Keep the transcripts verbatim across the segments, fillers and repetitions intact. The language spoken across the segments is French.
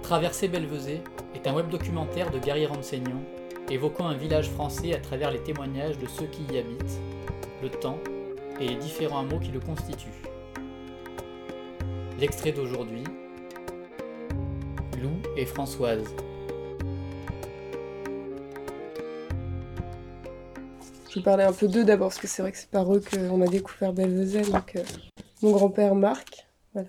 Traverser Belvezé est un web documentaire de Gary Renseignant évoquant un village français à travers les témoignages de ceux qui y habitent, le temps et les différents hameaux qui le constituent. L'extrait d'aujourd'hui, Lou et Françoise. Je vais parler un peu d'eux d'abord, parce que c'est vrai que c'est par eux qu'on a découvert Belvezé. Donc, euh, mon grand-père Marc, voilà.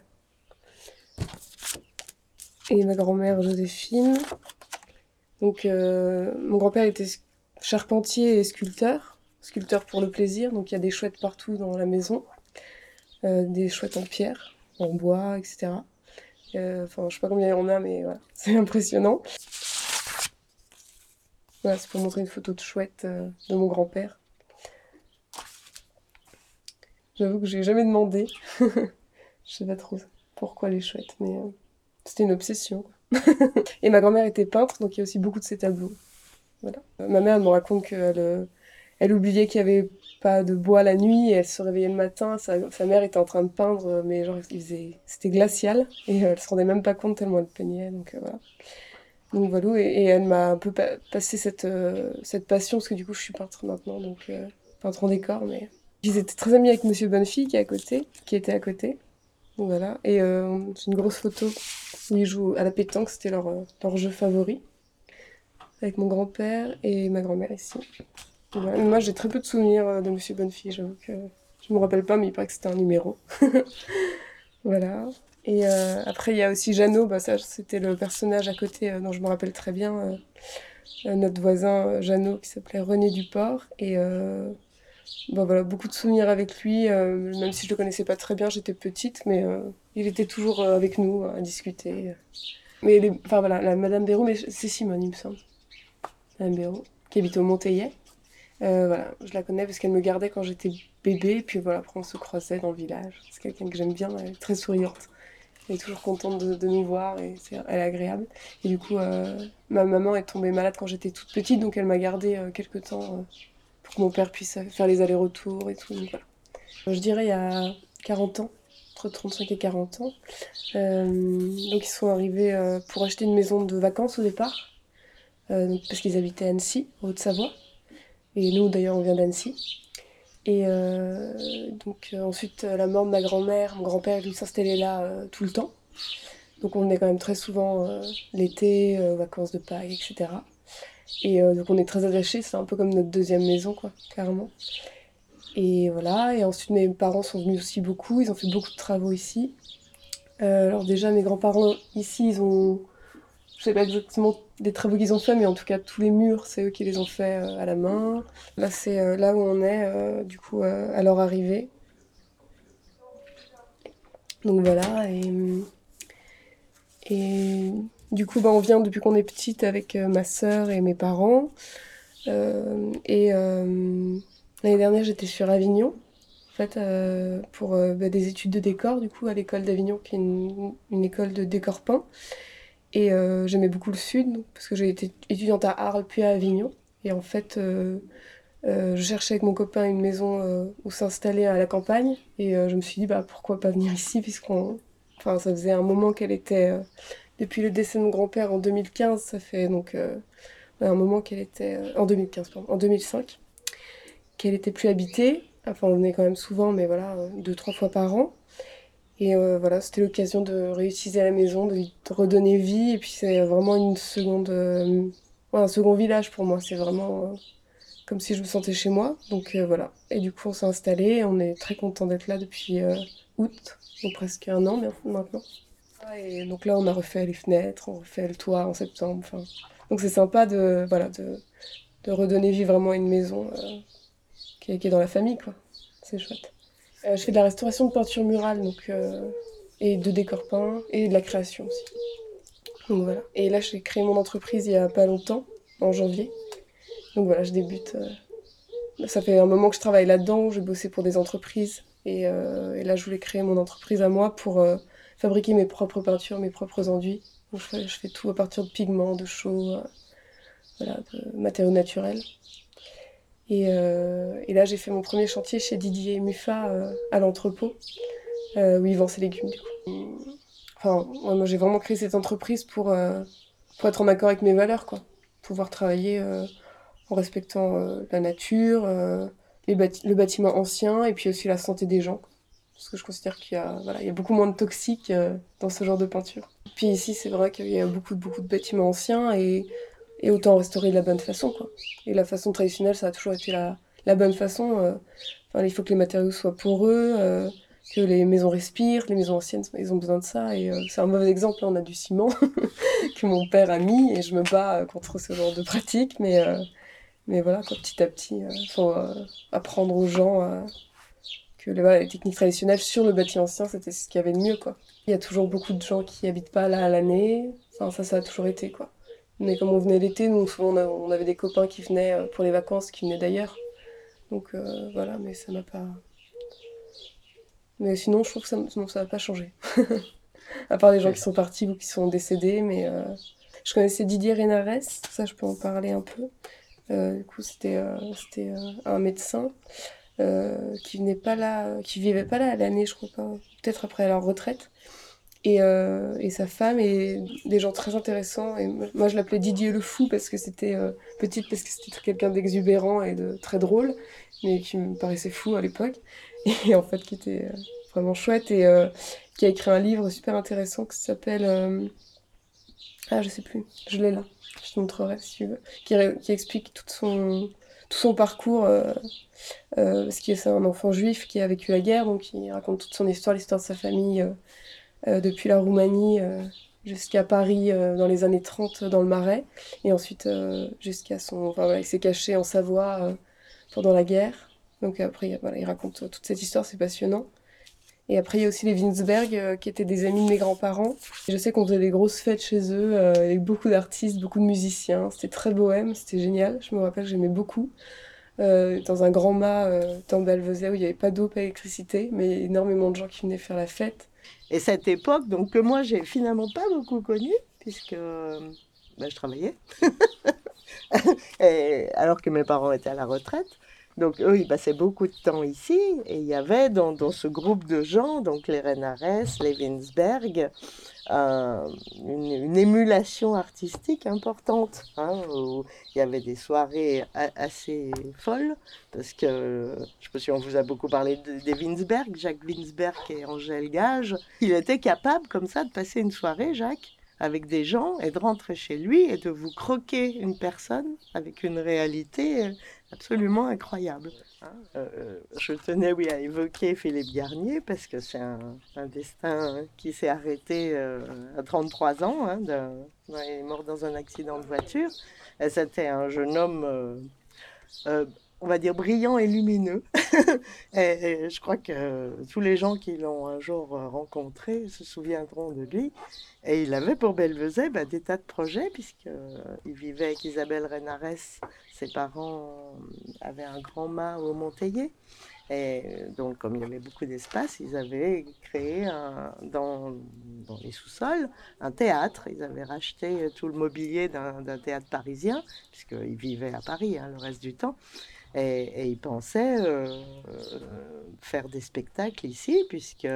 Et ma grand-mère Joséphine. Donc, euh, mon grand-père était charpentier et sculpteur, sculpteur pour le plaisir. Donc, il y a des chouettes partout dans la maison, euh, des chouettes en pierre, en bois, et cetera. Euh, Enfin, je sais pas combien il y en a, mais voilà, c'est impressionnant. Voilà, c'est pour montrer une photo de chouette euh, de mon grand-père. J'avoue que j'ai jamais demandé. Je sais pas trop pourquoi les chouettes, mais euh, c'était une obsession, quoi. Et ma grand-mère était peintre, donc il y a aussi beaucoup de ses tableaux. Voilà. Euh, Ma mère elle me raconte qu'elle euh, elle oubliait qu'il n'y avait pas de bois la nuit, et elle se réveillait le matin, sa, sa mère était en train de peindre, mais genre il faisait, c'était glacial, et euh, elle se rendait même pas compte tellement elle peignait, donc euh, voilà. Donc voilà, et, et elle m'a un peu pa- passé cette, euh, cette passion, parce que du coup je suis peintre maintenant, donc euh, peintre en décor, mais... Ils étaient très amis avec Monsieur Bonnefille qui est à côté, qui était à côté. Donc voilà. Et euh, c'est une grosse photo où ils jouent à la pétanque, c'était leur, euh, leur jeu favori. Avec mon grand-père et ma grand-mère ici. Donc voilà. Mais moi j'ai très peu de souvenirs euh, de Monsieur Bonnefille, j'avoue que je me rappelle pas, mais il paraît que c'était un numéro. Voilà. Et euh, après il y a aussi Jeannot, bah, ça c'était le personnage à côté euh, dont je me rappelle très bien. euh, euh, notre voisin euh, Jeannot qui s'appelait René Duport. Et euh, bon, voilà, beaucoup de souvenirs avec lui, euh, même si je le connaissais pas très bien, j'étais petite, mais euh, il était toujours euh, avec nous à discuter. Mais les, enfin voilà, la Madame Béraud, mais c'est Simone, il me semble, Madame Béraud, qui habite au Monteillet. Euh, voilà, je la connais parce qu'elle me gardait quand j'étais bébé, puis voilà, après on se croisait dans le village. C'est quelqu'un que j'aime bien, elle est très souriante. Elle est toujours contente de, de nous voir et c'est, elle est agréable. Et du coup, euh, ma maman est tombée malade quand j'étais toute petite, donc elle m'a gardée euh, quelques temps euh, pour que mon père puisse faire les allers-retours et tout. Donc voilà. Je dirais il y a quarante ans, entre trente-cinq et quarante ans. Euh, donc ils sont arrivés euh, pour acheter une maison de vacances au départ, euh, donc, parce qu'ils habitaient à Annecy, en Haute-Savoie. Et nous d'ailleurs on vient d'Annecy. Et euh, donc euh, ensuite euh, la mort de ma grand-mère, mon grand-père lui s'installait là euh, tout le temps. Donc on venait quand même très souvent euh, l'été, euh, vacances de Pâques, et cetera. Et euh, donc on est très attachés, c'est un peu comme notre deuxième maison, quoi, carrément. Et voilà, et ensuite mes parents sont venus aussi beaucoup, ils ont fait beaucoup de travaux ici. Euh, alors déjà, mes grands-parents ici, ils ont, je sais pas exactement des travaux qu'ils ont fait, mais en tout cas tous les murs, c'est eux qui les ont faits euh, à la main. Là, c'est euh, là où on est, euh, du coup, euh, à leur arrivée. Donc voilà, et, et du coup, bah, on vient depuis qu'on est petite avec euh, ma sœur et mes parents. Euh, et euh, l'année dernière, j'étais sur Avignon. En fait, euh, pour euh, bah, des études de décor, du coup, à l'école d'Avignon, qui est une, une école de décor peint. Et euh, j'aimais beaucoup le sud, donc, parce que j'ai été étudiante à Arles puis à Avignon. Et en fait, euh, euh, je cherchais avec mon copain une maison euh, où s'installer à la campagne. Et euh, je me suis dit, bah, pourquoi pas venir ici, puisqu'on... Enfin, ça faisait un moment qu'elle était... euh, depuis le décès de mon grand-père en deux mille quinze, ça fait donc euh, un moment qu'elle était... euh, en deux mille quinze, pardon, en deux mille cinq, qu'elle était plus habitée. Enfin, on venait quand même souvent, mais voilà, euh, deux, trois fois par an. Et euh, voilà, c'était l'occasion de réutiliser la maison, de lui redonner vie. Et puis c'est vraiment une seconde, euh, ouais, un second village pour moi. C'est vraiment euh, comme si je me sentais chez moi. Donc euh, voilà. Et du coup, on s'est installé. Et on est très content d'être là depuis euh, août, donc presque un an maintenant. Et donc là, on a refait les fenêtres, on refait le toit en septembre. Enfin, donc c'est sympa de, voilà, de, de redonner vie vraiment à une maison euh, qui est, qui est dans la famille, quoi. C'est chouette. Euh, je fais de la restauration de peinture murale, donc, euh, et de décor peint, et de la création aussi. Donc voilà. Et là, j'ai créé mon entreprise il y a pas longtemps, en janvier. Donc voilà, je débute. euh, Ça fait un moment que je travaille là-dedans, je bossais pour des entreprises. Et, euh, et là, je voulais créer mon entreprise à moi pour euh, fabriquer mes propres peintures, mes propres enduits. Donc je fais, je fais tout à partir de pigments, de chaux, euh, voilà, de matériaux naturels. Et, euh, et là, j'ai fait mon premier chantier chez Didier Muffat euh, à l'entrepôt, euh, où il vend ses légumes, du coup. Enfin, ouais, moi j'ai vraiment créé cette entreprise pour, euh, pour être en accord avec mes valeurs, quoi. Pouvoir travailler euh, en respectant euh, la nature, euh, les bâti- le bâtiment ancien et puis aussi la santé des gens, quoi. Parce que je considère qu'il y a, voilà, il y a beaucoup moins de toxiques euh, dans ce genre de peinture. Puis ici, c'est vrai qu'il y a beaucoup, beaucoup de bâtiments anciens et, et autant restaurer de la bonne façon, quoi. Et la façon traditionnelle, ça a toujours été la, la bonne façon. euh. Enfin, il faut que les matériaux soient poreux, euh, que les maisons respirent. Les maisons anciennes, ils ont besoin de ça. Et euh, c'est un mauvais exemple, là, on a du ciment que mon père a mis et je me bats euh, contre ce genre de pratique. Mais, euh, mais voilà, quoi, petit à petit, il faut euh, apprendre aux gens euh, que les, voilà, les techniques traditionnelles sur le bâti ancien, c'était ce qu'il y avait de mieux, quoi. Il y a toujours beaucoup de gens qui habitent pas là à l'année. Enfin, ça, ça a toujours été, quoi. Mais comme on venait l'été, nous, souvent, on, a- on avait des copains qui venaient euh, pour les vacances, qui venaient d'ailleurs. Donc euh, voilà, mais ça m'a pas... Mais sinon, je trouve que ça, non, ça n'a pas changé. À part les gens qui sont partis ou qui sont décédés, mais... euh, Je connaissais Didier Renares, ça je peux en parler un peu. Euh, du coup, c'était euh, c'était euh, un médecin euh, qui venait pas là, qui vivait pas là à l'année, je crois pas, peut-être après leur retraite. Et, euh, et sa femme et des gens très intéressants. Et moi, moi, je l'appelais Didier le fou parce que c'était euh, petite, parce que c'était quelqu'un d'exubérant et de très drôle, mais qui me paraissait fou à l'époque. Et en fait, qui était euh, vraiment chouette et euh, qui a écrit un livre super intéressant qui s'appelle. euh, Ah, je sais plus, je l'ai là, je te montrerai si tu veux. Qui, ré- qui explique tout son, tout son parcours, euh, euh, parce que c'est un enfant juif qui a vécu la guerre, donc il raconte toute son histoire, l'histoire de sa famille. euh, euh, depuis la Roumanie euh, jusqu'à Paris euh, dans les années trente dans le Marais, et ensuite euh, jusqu'à son... Enfin voilà, il s'est caché en Savoie euh, pendant la guerre. Donc après, voilà, il raconte euh, toute cette histoire, c'est passionnant. Et après, il y a aussi les Winsberg, euh, qui étaient des amis de mes grands-parents. Et je sais qu'on faisait des grosses fêtes chez eux, euh, avec beaucoup d'artistes, beaucoup de musiciens. C'était très bohème, c'était génial. Je me rappelle, j'aimais beaucoup. Euh, dans un grand mât, euh, dans Balvezet, où il n'y avait pas d'eau, pas d'électricité, mais énormément de gens qui venaient faire la fête. Et cette époque, donc que moi j'ai finalement pas beaucoup connue, puisque euh, bah, je travaillais, et, alors que mes parents étaient à la retraite. Donc eux, ils passaient beaucoup de temps ici, et il y avait dans, dans ce groupe de gens, donc les Renares, les Winsberg, euh, une, une émulation artistique importante, hein, où il y avait des soirées a- assez folles, parce que, je ne sais pas si on vous a beaucoup parlé de- des Winsberg, Jacques Winsberg et Angèle Gage, il était capable comme ça de passer une soirée, Jacques, avec des gens et de rentrer chez lui et de vous croquer une personne avec une réalité absolument incroyable. Hein. Euh, je tenais, oui, à évoquer Philippe Garnier parce que c'est un, un destin qui s'est arrêté euh, à trente-trois ans. Hein, de, il est mort dans un accident de voiture. Et c'était un jeune homme, euh, euh, on va dire, brillant et lumineux. et, et je crois que tous les gens qui l'ont un jour rencontré se souviendront de lui. Et il avait pour Belvezet bah, des tas de projets, puisqu'il vivait avec Isabelle Renares. Ses parents avaient un grand mât au Monteillé. Et donc, comme il y avait beaucoup d'espace, ils avaient créé un, dans, dans les sous-sols un théâtre. Ils avaient racheté tout le mobilier d'un, d'un théâtre parisien, puisqu'ils vivaient à Paris hein, le reste du temps. Et, et ils pensaient euh, euh, faire des spectacles ici, puisque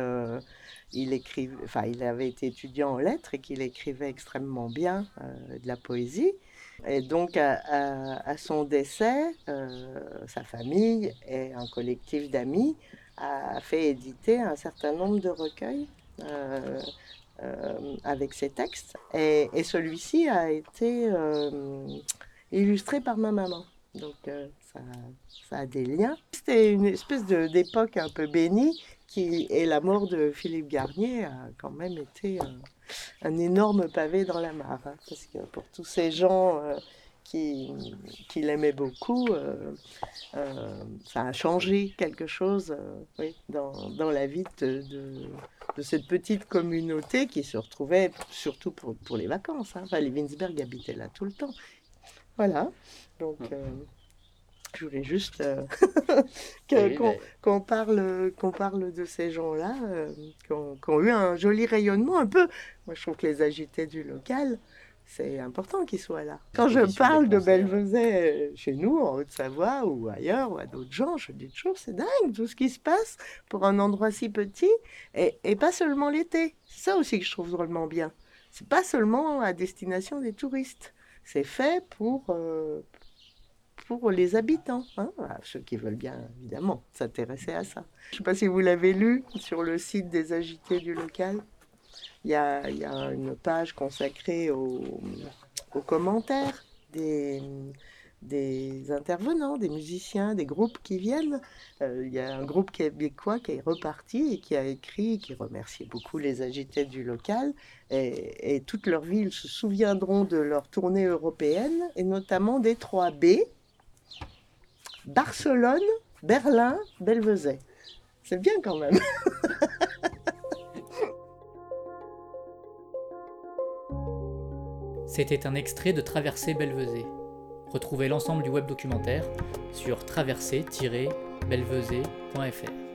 il écrivait, enfin, il avait été étudiant en lettres et qu'il écrivait extrêmement bien euh, de la poésie. Et donc, à, à, à son décès, euh, sa famille et un collectif d'amis a fait éditer un certain nombre de recueils euh, euh, avec ses textes. Et, et celui-ci a été euh, illustré par ma maman. Donc, euh, ça, ça a des liens. C'était une espèce de, d'époque un peu bénie qui, et la mort de Philippe Garnier a quand même été un, un énorme pavé dans la mare. Hein, parce que pour tous ces gens euh, qui, qui l'aimaient beaucoup, euh, euh, ça a changé quelque chose euh, oui, dans, dans la vie de, de, de cette petite communauté qui se retrouvait surtout pour, pour les vacances. Hein. Enfin, les Winsberg habitaient là tout le temps. Voilà. Donc, euh, je voulais juste euh, que, Oui, qu'on, mais qu'on parle, qu'on parle de ces gens-là, euh, qui, ont, qui ont eu un joli rayonnement, un peu. Moi, je trouve que les agités du local, C'est important qu'ils soient là. Quand je Exposition parle des de concerts. Belvezet euh, chez nous, en Haute-Savoie ou ailleurs, ou à d'autres gens, je dis toujours, c'est dingue tout ce qui se passe pour un endroit si petit, et, et pas seulement l'été. C'est ça aussi que je trouve drôlement bien. C'est pas seulement à destination des touristes. C'est fait pour, euh, pour les habitants, hein, voilà, ceux qui veulent bien évidemment s'intéresser à ça. Je ne sais pas si vous l'avez lu sur le site des agités du local. Il y a, il y a une page consacrée aux, aux commentaires des, des intervenants, des musiciens, des groupes qui viennent. Euh, il y a un groupe québécois qui est reparti et qui a écrit, qui remerciait beaucoup les agités du local. Et, et toutes leurs villes se souviendront de leur tournée européenne, et notamment des trois B, Barcelone, Berlin, Belvezet. C'est bien quand même. C'était un extrait de Traversée Belvezet. Retrouvez l'ensemble du web documentaire sur traversée tiret belvezet point f r.